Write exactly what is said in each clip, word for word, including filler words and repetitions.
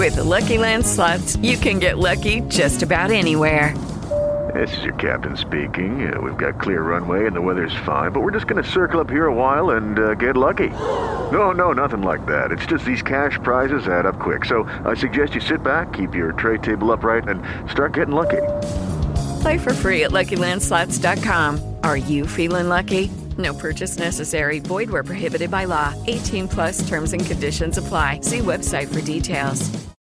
With the Lucky Land Slots, you can get lucky just about anywhere. This is your captain speaking. Uh, we've got clear runway and the weather's fine, but we're just going to circle up here a while and uh, get lucky. No, no, nothing like that. It's just these cash prizes add up quick. So I suggest you sit back, keep your tray table upright, and start getting lucky. Play for free at Lucky Land Slots dot com. Are you feeling lucky? No purchase necessary. Void where prohibited by law. eighteen plus terms and conditions apply. See website for details.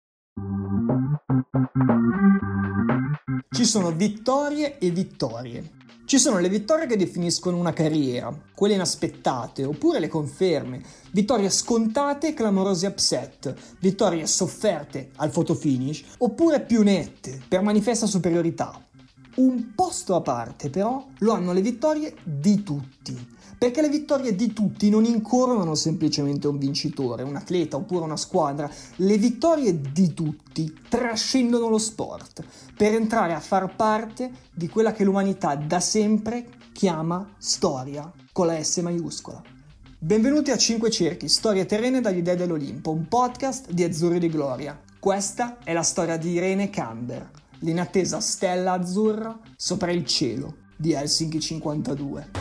Ci sono vittorie e vittorie. Ci sono le vittorie che definiscono una carriera, quelle inaspettate, oppure le conferme, vittorie scontate e clamorosi upset, vittorie sofferte al fotofinish, oppure più nette, per manifesta superiorità. Un posto a parte, però, lo hanno le vittorie di tutti, perché le vittorie di tutti non incoronano semplicemente un vincitore, un atleta oppure una squadra. Le vittorie di tutti trascendono lo sport per entrare a far parte di quella che l'umanità da sempre chiama storia, con la S maiuscola. Benvenuti a Cinque Cerchi, storie terrene dagli dei dell'Olimpo, un podcast di Azzurri di Gloria. Questa è la storia di Irene Camber, l'inattesa stella azzurra sopra il cielo di Helsinki cinquantadue.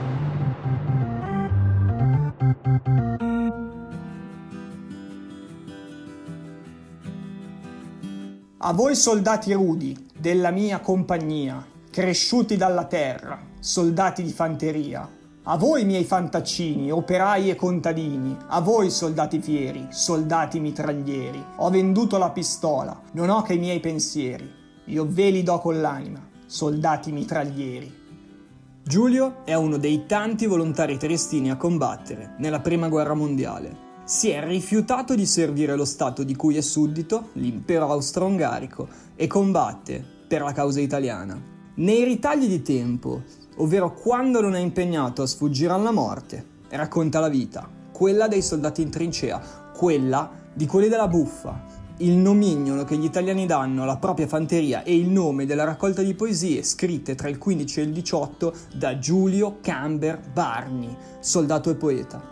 A voi soldati rudi della mia compagnia, cresciuti dalla terra, soldati di fanteria, a voi miei fantaccini, operai e contadini, a voi soldati fieri, soldati mitraglieri, ho venduto la pistola, non ho che i miei pensieri, io ve li do con l'anima, soldati mitraglieri. Giulio è uno dei tanti volontari triestini a combattere nella prima guerra mondiale. Si è rifiutato di servire lo Stato di cui è suddito, l'impero austro-ungarico, e combatte per la causa italiana. Nei ritagli di tempo, ovvero quando non è impegnato a sfuggire alla morte, racconta la vita, quella dei soldati in trincea, quella di quelli della buffa, il nomignolo che gli italiani danno alla propria fanteria e il nome della raccolta di poesie scritte tra il quindici e il diciotto da Giulio Camber Barni, soldato e poeta.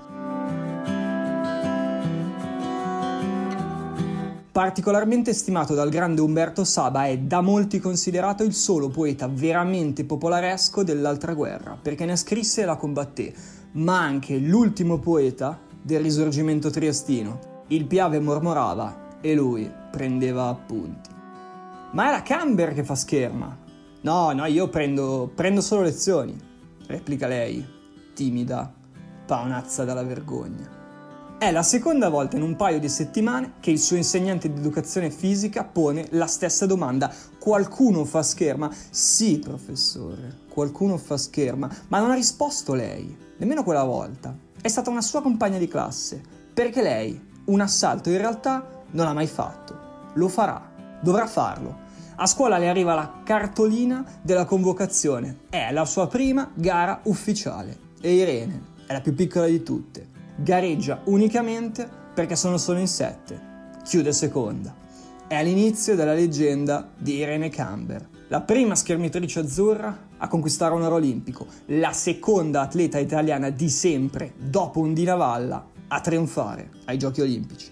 Particolarmente stimato dal grande Umberto Saba, è da molti considerato il solo poeta veramente popolaresco dell'altra guerra, perché ne scrisse e la combatté, ma anche l'ultimo poeta del risorgimento triestino. Il Piave mormorava e lui prendeva appunti. Ma è la Camber che fa scherma. No, no, io prendo, prendo solo lezioni, replica lei, timida, paonazza dalla vergogna. È la seconda volta in un paio di settimane che il suo insegnante di educazione fisica pone la stessa domanda. Qualcuno fa scherma? Sì, professore, qualcuno fa scherma, ma non ha risposto lei, nemmeno quella volta. È stata una sua compagna di classe, perché lei un assalto in realtà non l'ha mai fatto. Lo farà, dovrà farlo. A scuola le arriva la cartolina della convocazione. È la sua prima gara ufficiale e Irene è la più piccola di tutte. Gareggia unicamente perché sono solo in sette. Chiude seconda. È all'inizio della leggenda di Irene Camber, la prima schermitrice azzurra a conquistare un oro olimpico, la seconda atleta italiana di sempre, dopo Undina Valla, a trionfare ai Giochi Olimpici.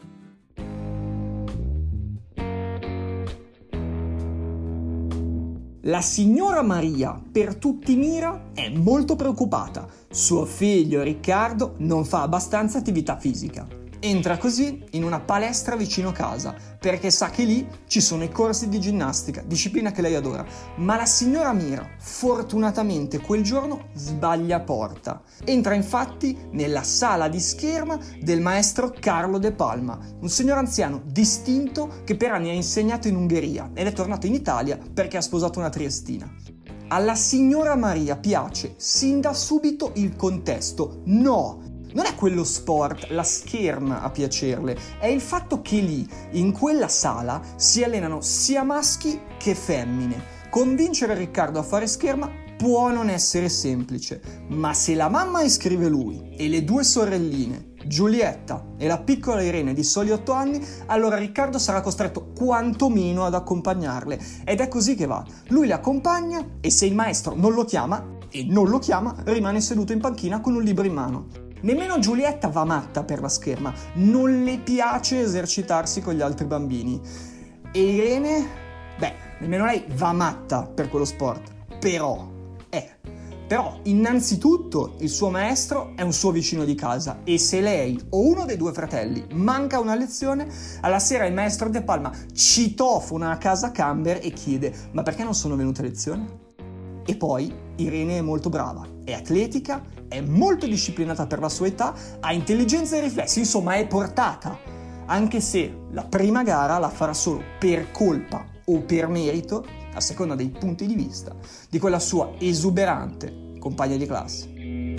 La signora Maria, per tutti mira, è molto preoccupata. Suo figlio Riccardo non fa abbastanza attività fisica. Entra così in una palestra vicino casa, perché sa che lì ci sono i corsi di ginnastica, disciplina che lei adora. Ma la signora Mira, fortunatamente quel giorno, sbaglia porta. Entra infatti nella sala di scherma del maestro Carlo De Palma, un signor anziano distinto che per anni ha insegnato in Ungheria ed è tornato in Italia perché ha sposato una triestina. Alla signora Maria piace sin da subito il contesto. No! Non è quello sport, la scherma a piacerle, è il fatto che lì, in quella sala, si allenano sia maschi che femmine. Convincere Riccardo a fare scherma può non essere semplice, ma se la mamma iscrive lui e le due sorelline, Giulietta e la piccola Irene di soli otto anni, allora Riccardo sarà costretto quantomeno ad accompagnarle. Ed è così che va. Lui le accompagna e se il maestro non lo chiama, e non lo chiama, rimane seduto in panchina con un libro in mano. Nemmeno Giulietta va matta per la scherma, non le piace esercitarsi con gli altri bambini. E Irene? Beh, nemmeno lei va matta per quello sport, però, eh, però innanzitutto il suo maestro è un suo vicino di casa e se lei o uno dei due fratelli manca una lezione, alla sera il maestro De Palma citofona a casa Camber e chiede: ma perché non sono venute a lezione? E poi Irene è molto brava, è atletica, è molto disciplinata per la sua età, ha intelligenza e riflessi, insomma è portata, anche se la prima gara la farà solo per colpa o per merito, a seconda dei punti di vista, di quella sua esuberante compagna di classe.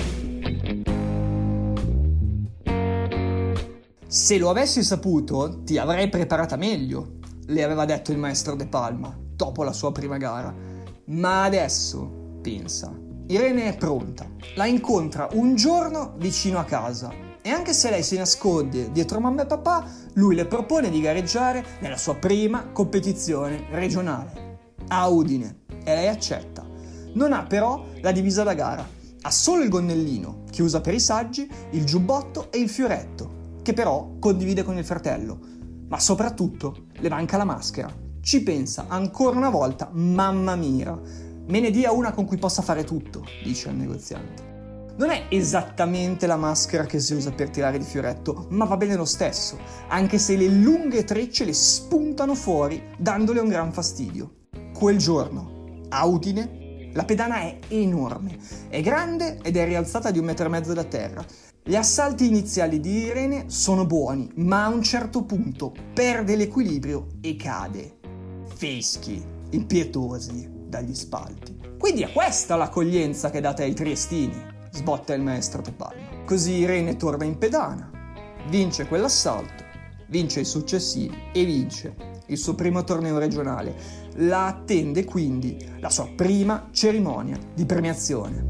Se lo avessi saputo, ti avrei preparata meglio, le aveva detto il maestro De Palma, dopo la sua prima gara. Ma adesso, pensa, Irene è pronta, la incontra un giorno vicino a casa e anche se lei si nasconde dietro mamma e papà, lui le propone di gareggiare nella sua prima competizione regionale, a Udine, e lei accetta. Non ha però la divisa da gara, ha solo il gonnellino che usa per i saggi, il giubbotto e il fioretto, che però condivide con il fratello, ma soprattutto le manca la maschera. Ci pensa ancora una volta mamma Mira. Me ne dia una con cui possa fare tutto, dice al negoziante. Non è esattamente la maschera che si usa per tirare di fioretto, ma va bene lo stesso, anche se le lunghe trecce le spuntano fuori, dandole un gran fastidio. Quel giorno, a Udine, la pedana è enorme, è grande ed è rialzata di un metro e mezzo da terra. Gli assalti iniziali di Irene sono buoni, ma a un certo punto perde l'equilibrio e cade. Feschi, impietosi dagli spalti. Quindi è questa l'accoglienza che date ai triestini, sbotta il maestro De Palma. Così Irene torna in pedana, vince quell'assalto, vince i successivi e vince il suo primo torneo regionale. La attende quindi la sua prima cerimonia di premiazione.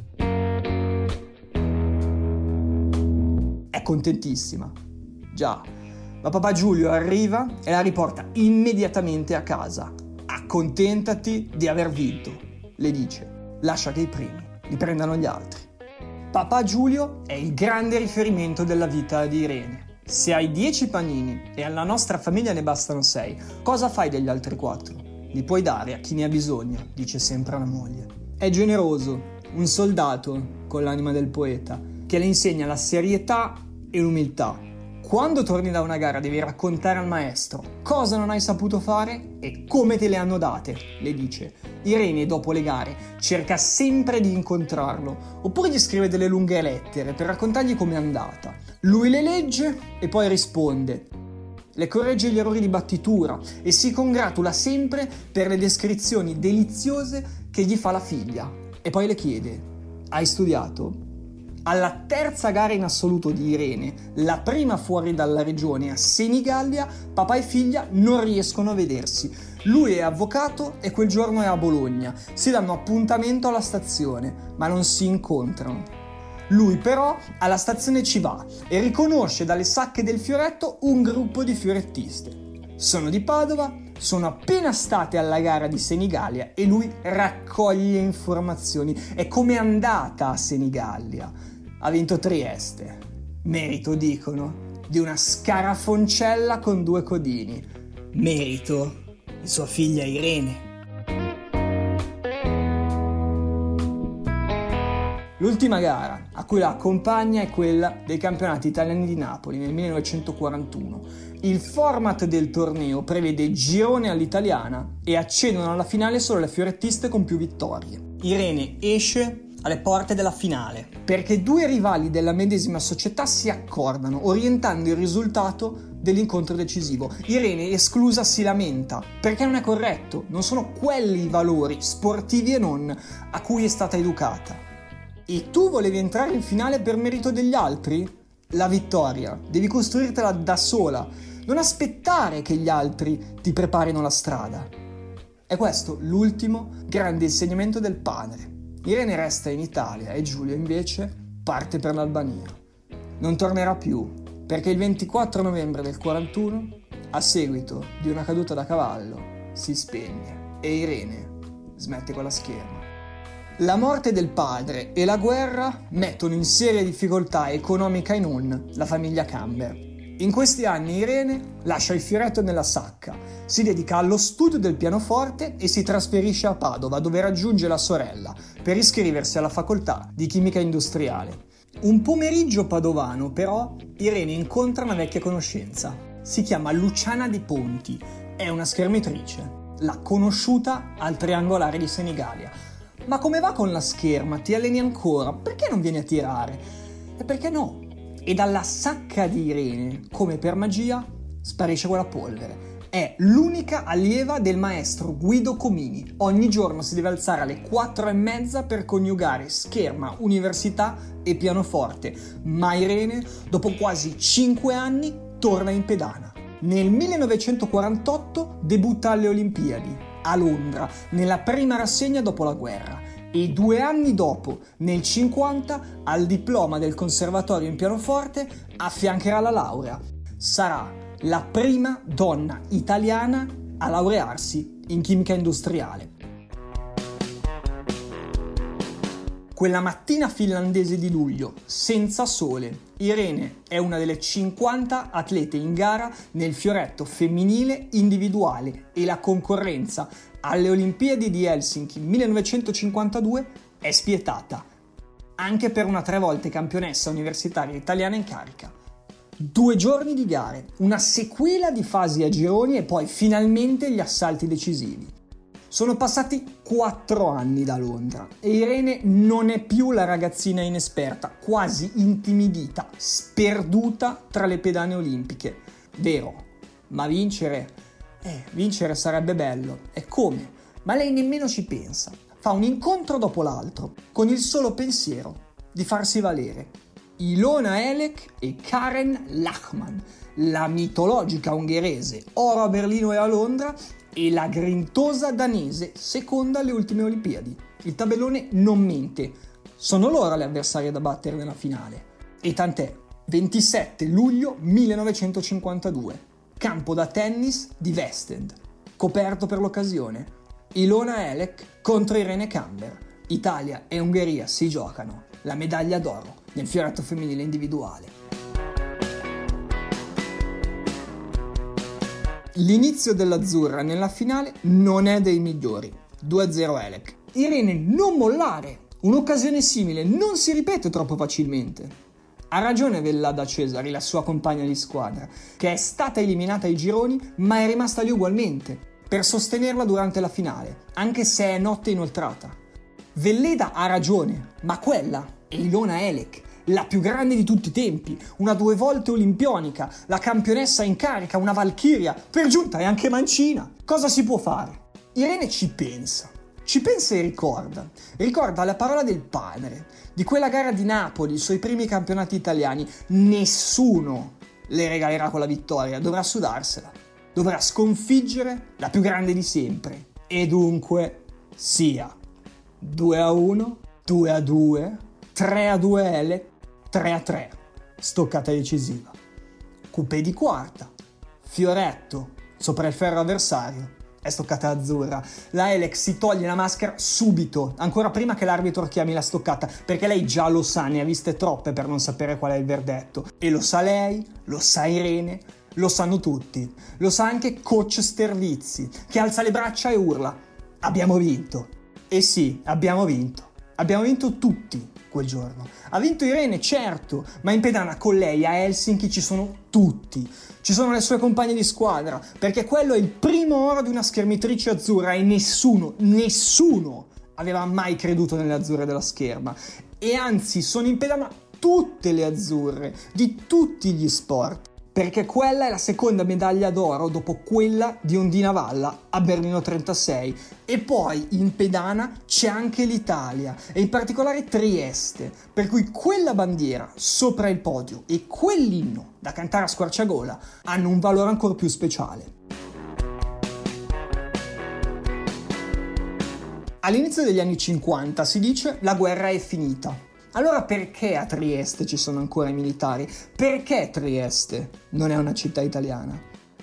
È contentissima, già. Ma papà Giulio arriva e la riporta immediatamente a casa. Accontentati di aver vinto, le dice. Lascia che i primi li prendano gli altri. Papà Giulio è il grande riferimento della vita di Irene. Se hai dieci panini e alla nostra famiglia ne bastano sei, cosa fai degli altri quattro? Li puoi dare a chi ne ha bisogno, dice sempre alla moglie. È generoso, un soldato con l'anima del poeta, che le insegna la serietà e l'umiltà. Quando torni da una gara devi raccontare al maestro cosa non hai saputo fare e come te le hanno date, le dice. Irene dopo le gare cerca sempre di incontrarlo, oppure gli scrive delle lunghe lettere per raccontargli com'è andata. Lui le legge e poi risponde. Le corregge gli errori di battitura e si congratula sempre per le descrizioni deliziose che gli fa la figlia. E poi le chiede: hai studiato? Alla terza gara in assoluto di Irene, la prima fuori dalla regione a Senigallia, papà e figlia non riescono a vedersi. Lui è avvocato e quel giorno è a Bologna. Si danno appuntamento alla stazione, ma non si incontrano. Lui però alla stazione ci va e riconosce dalle sacche del fioretto un gruppo di fiorettiste. Sono di Padova, sono appena state alla gara di Senigallia e lui raccoglie informazioni. È come è andata a Senigallia. Ha vinto Trieste. Merito, dicono, di una scarafoncella con due codini. Merito di sua figlia Irene. L'ultima gara a cui la accompagna è quella dei campionati italiani di Napoli nel millenovecentoquarantuno. Il format del torneo prevede girone all'italiana e accedono alla finale solo le fiorettiste con più vittorie. Irene esce alle porte della finale perché due rivali della medesima società si accordano, orientando il risultato dell'incontro decisivo. Irene, esclusa, si lamenta perché non è corretto, non sono quelli i valori, sportivi e non, a cui è stata educata. E tu volevi entrare in finale per merito degli altri? La vittoria devi costruirtela da sola, non aspettare che gli altri ti preparino la strada. È questo l'ultimo grande insegnamento del padre. Irene resta in Italia e Giulio invece parte per l'Albania. Non tornerà più perché il ventiquattro novembre del quarantuno, a seguito di una caduta da cavallo, si spegne e Irene smette con la scherma. La morte del padre e la guerra mettono in seria difficoltà economica e non la famiglia Camber. In questi anni Irene lascia il fioretto nella sacca, si dedica allo studio del pianoforte e si trasferisce a Padova, dove raggiunge la sorella per iscriversi alla facoltà di chimica industriale. Un pomeriggio padovano, però, Irene incontra una vecchia conoscenza. Si chiama Luciana De Ponti, è una schermitrice. L'ha conosciuta al Triangolare di Senigallia. Ma come va con la scherma? Ti alleni ancora? Perché non vieni a tirare? E perché no? E dalla sacca di Irene, come per magia, sparisce quella polvere. È l'unica allieva del maestro Guido Comini. Ogni giorno si deve alzare alle quattro e mezza per coniugare scherma, università e pianoforte. Ma Irene, dopo quasi cinque anni, torna in pedana. Nel millenovecentoquarantotto debutta alle Olimpiadi, a Londra, nella prima rassegna dopo la guerra. E due anni dopo, nel cinquanta, al diploma del conservatorio in pianoforte, affiancherà la laurea. Sarà la prima donna italiana a laurearsi in chimica industriale. Quella mattina finlandese di luglio, senza sole, Irene è una delle cinquanta atlete in gara nel fioretto femminile individuale e la concorrenza alle Olimpiadi di Helsinki millenovecentocinquantadue è spietata, anche per una tre volte campionessa universitaria italiana in carica. Due giorni di gare, una sequela di fasi a gironi e poi finalmente gli assalti decisivi. Sono passati quattro anni da Londra e Irene non è più la ragazzina inesperta, quasi intimidita, sperduta tra le pedane olimpiche. Vero, ma vincere? Eh, vincere sarebbe bello. E come? Ma lei nemmeno ci pensa. Fa un incontro dopo l'altro, con il solo pensiero di farsi valere. Ilona Elek e Karen Lachmann, la mitologica ungherese, oro a Berlino e a Londra, e la grintosa danese, seconda alle ultime Olimpiadi. Il tabellone non mente, sono loro le avversarie da battere nella finale. E tant'è, ventisette luglio millenovecentocinquantadue, campo da tennis di West End, coperto per l'occasione. Ilona Elek contro Irene Camber. Italia e Ungheria si giocano la medaglia d'oro nel fioretto femminile individuale. L'inizio dell'azzurra nella finale non è dei migliori. due a zero Elek. Irene, non mollare! Un'occasione simile non si ripete troppo facilmente. Ha ragione Vellada Cesari, la sua compagna di squadra, che è stata eliminata ai gironi ma è rimasta lì ugualmente, per sostenerla durante la finale, anche se è notte inoltrata. Velleda ha ragione, ma quella è Ilona Elek, la più grande di tutti i tempi, una due volte olimpionica, la campionessa in carica, una valchiria, per giunta è anche mancina. Cosa si può fare? Irene ci pensa, ci pensa e ricorda. Ricorda la parola del padre, di quella gara di Napoli, i suoi primi campionati italiani. Nessuno le regalerà quella vittoria, dovrà sudarsela, dovrà sconfiggere la più grande di sempre. E dunque sia due a uno, due a due, tre a due Elek, tre a tre, stoccata decisiva. Coupé di quarta, fioretto sopra il ferro avversario, è stoccata azzurra. La Elek si toglie la maschera subito, ancora prima che l'arbitro chiami la stoccata, perché lei già lo sa, ne ha viste troppe per non sapere qual è il verdetto. E lo sa lei, lo sa Irene, lo sanno tutti. Lo sa anche coach Sterlizzi, che alza le braccia e urla: abbiamo vinto. E sì, abbiamo vinto. Abbiamo vinto tutti quel giorno. Ha vinto Irene, certo, ma in pedana con lei a Helsinki ci sono tutti. Ci sono le sue compagne di squadra, perché quello è il primo oro di una schermitrice azzurra e nessuno, nessuno aveva mai creduto nelle azzurre della scherma. E anzi, sono in pedana tutte le azzurre, di tutti gli sport, perché quella è la seconda medaglia d'oro dopo quella di Ondina Valla a Berlino trentasei. E poi in pedana c'è anche l'Italia, e in particolare Trieste, per cui quella bandiera sopra il podio e quell'inno da cantare a squarciagola hanno un valore ancora più speciale. All'inizio degli anni cinquanta si dice la guerra è finita. Allora perché a Trieste ci sono ancora i militari? Perché Trieste non è una città italiana?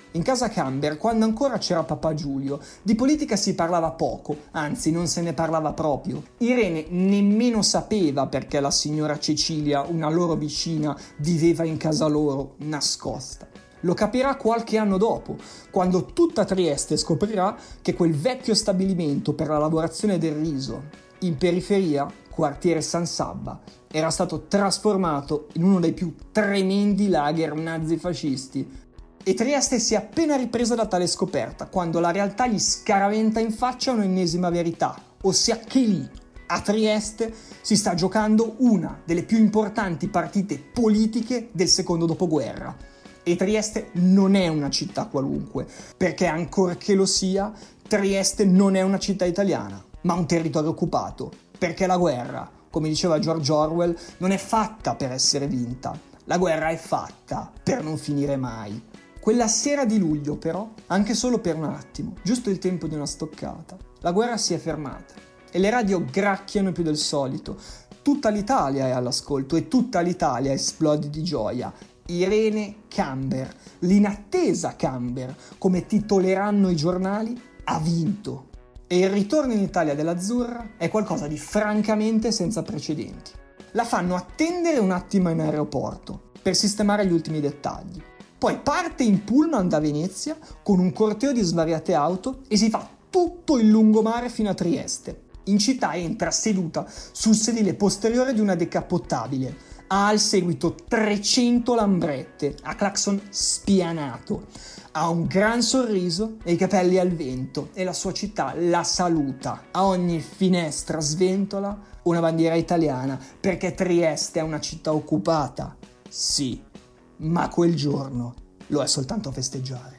In casa Camber, quando ancora c'era papà Giulio, di politica si parlava poco, anzi non se ne parlava proprio. Irene nemmeno sapeva perché la signora Cecilia, una loro vicina, viveva in casa loro, nascosta. Lo capirà qualche anno dopo, quando tutta Trieste scoprirà che quel vecchio stabilimento per la lavorazione del riso, in periferia, quartiere San Sabba, era stato trasformato in uno dei più tremendi lager nazifascisti. E Trieste si è appena ripresa da tale scoperta, quando la realtà gli scaraventa in faccia un'ennesima verità, ossia che lì, a Trieste, si sta giocando una delle più importanti partite politiche del secondo dopoguerra. E Trieste non è una città qualunque, perché ancorché lo sia, Trieste non è una città italiana, ma un territorio occupato, perché la guerra, come diceva George Orwell, non è fatta per essere vinta, la guerra è fatta per non finire mai. Quella sera di luglio, però, anche solo per un attimo, giusto il tempo di una stoccata, la guerra si è fermata e le radio gracchiano più del solito. Tutta l'Italia è all'ascolto e tutta l'Italia esplode di gioia. Irene Camber, l'inattesa Camber, come titoleranno i giornali, ha vinto. E il ritorno in Italia dell'Azzurra è qualcosa di francamente senza precedenti. La fanno attendere un attimo in aeroporto per sistemare gli ultimi dettagli. Poi parte in pullman da Venezia con un corteo di svariate auto e si fa tutto il lungomare fino a Trieste. In città entra seduta sul sedile posteriore di una decappottabile. Ha al seguito trecento lambrette, a clacson spianato. Ha un gran sorriso e i capelli al vento e la sua città la saluta. A ogni finestra sventola una bandiera italiana, perché Trieste è una città occupata. Sì, ma quel giorno lo è soltanto a festeggiare.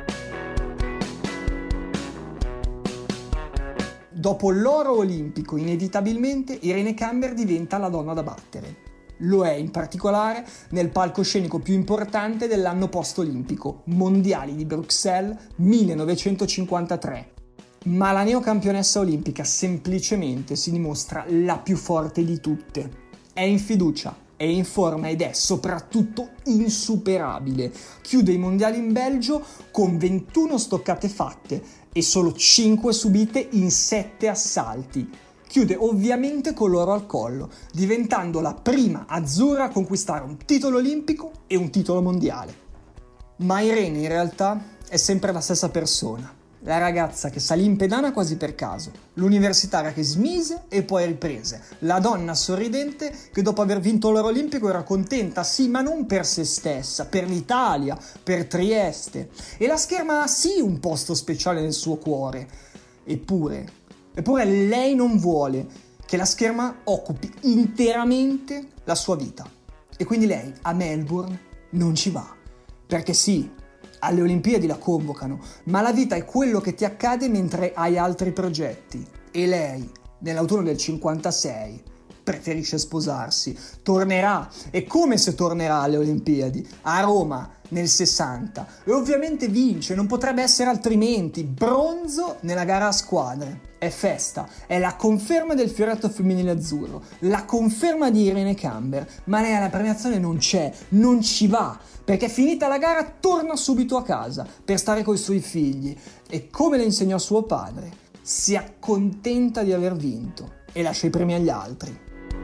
Dopo l'oro olimpico, inevitabilmente Irene Camber diventa la donna da battere. Lo è in particolare nel palcoscenico più importante dell'anno post-olimpico, Mondiali di Bruxelles millenovecentocinquantatré. Ma la neocampionessa olimpica semplicemente si dimostra la più forte di tutte. È in fiducia, è in forma ed è soprattutto insuperabile. Chiude i mondiali in Belgio con ventuno stoccate fatte e solo cinque subite in sette assalti. Chiude ovviamente con l'oro al collo, diventando la prima azzurra a conquistare un titolo olimpico e un titolo mondiale. Ma Irene in realtà è sempre la stessa persona. La ragazza che salì in pedana quasi per caso, l'universitaria che smise e poi riprese, la donna sorridente che dopo aver vinto l'oro olimpico era contenta, sì, ma non per se stessa, per l'Italia, per Trieste. E la scherma ha sì un posto speciale nel suo cuore. Eppure, eppure lei non vuole che la scherma occupi interamente la sua vita. E quindi lei a Melbourne non ci va. Perché sì, alle Olimpiadi la convocano, ma la vita è quello che ti accade mentre hai altri progetti. E lei, nell'autunno del cinquantasei, preferisce sposarsi. Tornerà, e come se tornerà alle Olimpiadi, a Roma nel sessanta. E ovviamente vince, non potrebbe essere altrimenti. Bronzo nella gara a squadre. È festa, è la conferma del fioretto femminile azzurro, la conferma di Irene Camber, ma lei alla premiazione non c'è, non ci va, perché finita la gara torna subito a casa per stare coi suoi figli e, come le insegnò suo padre, si accontenta di aver vinto e lascia i premi agli altri.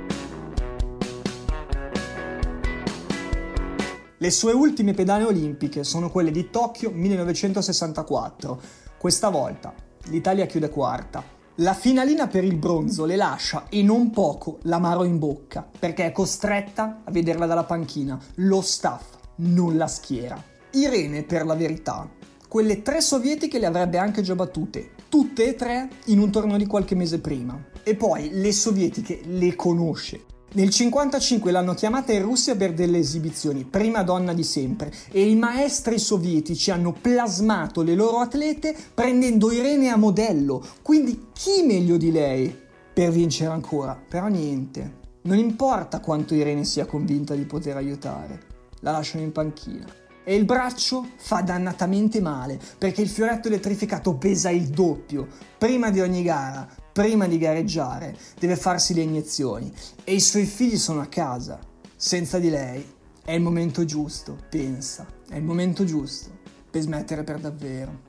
Le sue ultime pedane olimpiche sono quelle di Tokyo millenovecentosessantaquattro. Questa volta l'Italia chiude quarta. La finalina per il bronzo le lascia, e non poco, l'amaro in bocca, perché è costretta a vederla dalla panchina. Lo staff non la schiera. Irene, per la verità, quelle tre sovietiche le avrebbe anche già battute, tutte e tre in un torneo di qualche mese prima. E poi le sovietiche le conosce. Nel cinquantacinque l'hanno chiamata in Russia per delle esibizioni, prima donna di sempre, e i maestri sovietici hanno plasmato le loro atlete prendendo Irene a modello, quindi chi meglio di lei per vincere ancora? Però niente, non importa quanto Irene sia convinta di poter aiutare, la lasciano in panchina. E il braccio fa dannatamente male, perché il fioretto elettrificato pesa il doppio. Prima di ogni gara, prima di gareggiare, deve farsi le iniezioni e i suoi figli sono a casa. Senza di lei è il momento giusto, pensa, è il momento giusto per smettere per davvero.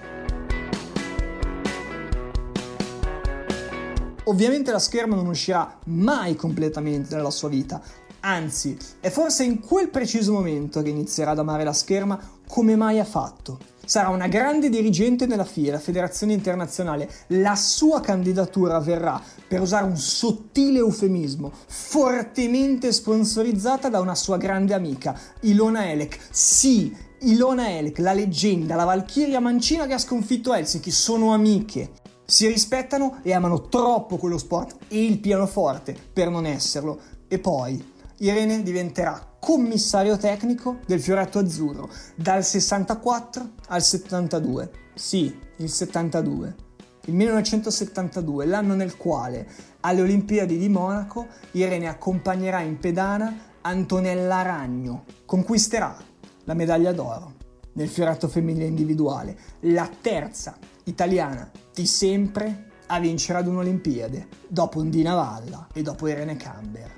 Ovviamente la scherma non uscirà mai completamente dalla sua vita, anzi, è forse in quel preciso momento che inizierà ad amare la scherma come mai ha fatto. Sarà una grande dirigente nella F I E, la Federazione Internazionale. La sua candidatura avverrà, per usare un sottile eufemismo, fortemente sponsorizzata da una sua grande amica, Ilona Elek. Sì, Ilona Elek, la leggenda, la valchiria mancina che ha sconfitto Helsinki, sono amiche. Si rispettano e amano troppo quello sport e il pianoforte per non esserlo. E poi Irene diventerà commissario tecnico del Fioretto Azzurro dal sessantaquattro al settantadue. Sì, il settantadue. Il millenovecentosettantadue, l'anno nel quale alle Olimpiadi di Monaco Irene accompagnerà in pedana Antonella Ragno. Conquisterà la medaglia d'oro nel fioretto femminile individuale, la terza italiana di sempre a vincere ad un'Olimpiade, dopo Ndina Valla e dopo Irene Camber.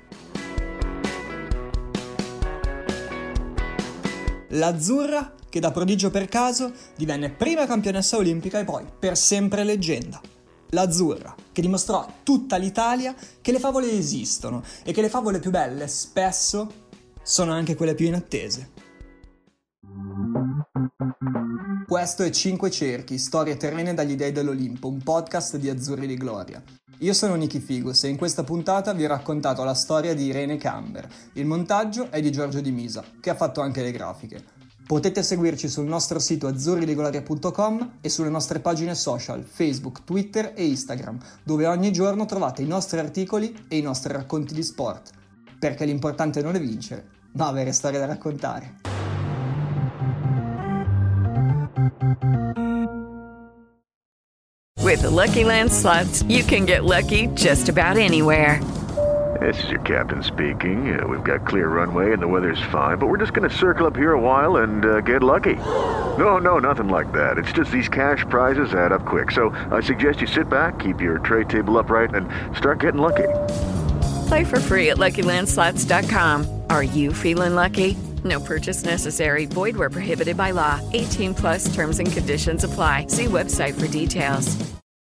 L'azzurra, che da prodigio per caso divenne prima campionessa olimpica e poi per sempre leggenda. L'azzurra, che dimostrò a tutta l'Italia che le favole esistono e che le favole più belle spesso sono anche quelle più inattese. Questo è Cinque Cerchi, storie terrene dagli dei dell'Olimpo, un podcast di Azzurri di Gloria. Io sono Nicky Figus e in questa puntata vi ho raccontato la storia di Irene Camber. Il montaggio è di Giorgio Di Misa, che ha fatto anche le grafiche. Potete seguirci sul nostro sito azzurri di gloria punto com e sulle nostre pagine social, Facebook, Twitter e Instagram, dove ogni giorno trovate i nostri articoli e i nostri racconti di sport. Perché l'importante non è vincere, ma avere storie da raccontare. With the Lucky Land Slots, you can get lucky just about anywhere. This is your captain speaking. Uh, we've got clear runway and the weather's fine, but we're just going to circle up here a while and uh, get lucky. No, no, nothing like that. It's just these cash prizes add up quick. So I suggest you sit back, keep your tray table upright, and start getting lucky. Play for free at lucky land slots dot com. Are you feeling lucky? No purchase necessary. Void where prohibited by law. eighteen plus terms and conditions apply. See website for details.